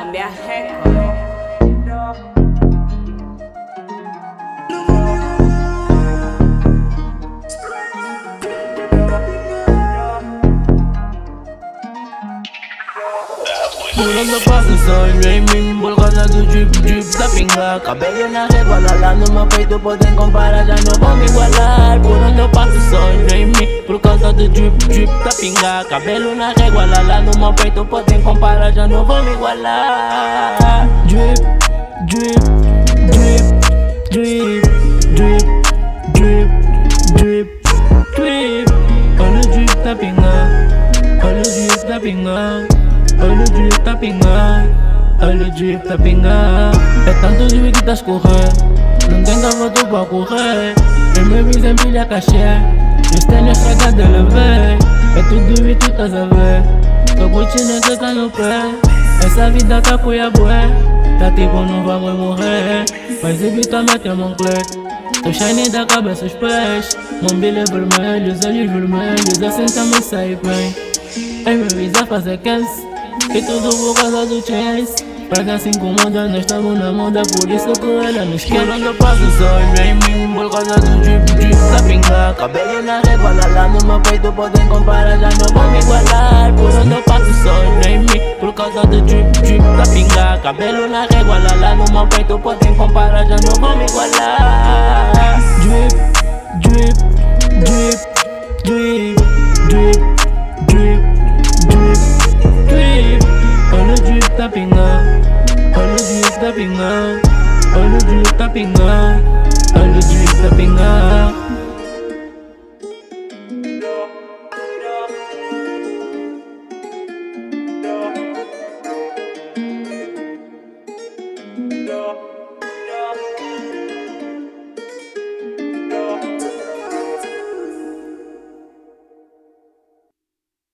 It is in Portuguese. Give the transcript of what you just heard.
Columbia Record. Pulando passo sonho em mim, por causa do drip da pinga. Cabelo na régua, lá no meu peito podem comparar, já não vão me igualar. Pulando passo sonho em mim, por causa do drip da pinga. Cabelo na régua, lá no meu peito podem comparar, já não vão me igualar. Drip, drip, drip, drip, drip, drip, drip, drip. Olha o drip da pinga, olha o drip da pinga. Olha o drip tá pingando, olha o drip tá pingando. É tanto drip que tá escorrendo, não tem cavoto pra correr. Eu me vi em pilha cachê, os tênis estragados eu levei. É tudo e tu estás a ver, tô curtindo que tá no pé. Essa vida tá cuiabué, tá tipo não vamos morrer. Mas evitamente é Moncler, tô shiny da cabeça aos pés. Mobília vermelho, os olhos vermelhos, assim também sai bem. Em meu visa fazer case, e tudo por causa do chase. Pra quem se incomoda, nós estamos na moda, por isso que ela não esquece. Quando eu passo sonho em mim, por causa do drip da pinga. Cabelo na régua, lá no meu peito podem comparar, já não vão me igualar. Por onde eu passo sonho em mim, por causa do drip da pinga. Cabelo na régua, lá no meu peito podem comparar, já não vão me igualar. Drip, drip, drip, drip, drip, drip, drip, drip. Olha o drip tá pingando, olha o drip tá pingando, olha o drip tá pingando, olha o drip tá pingando.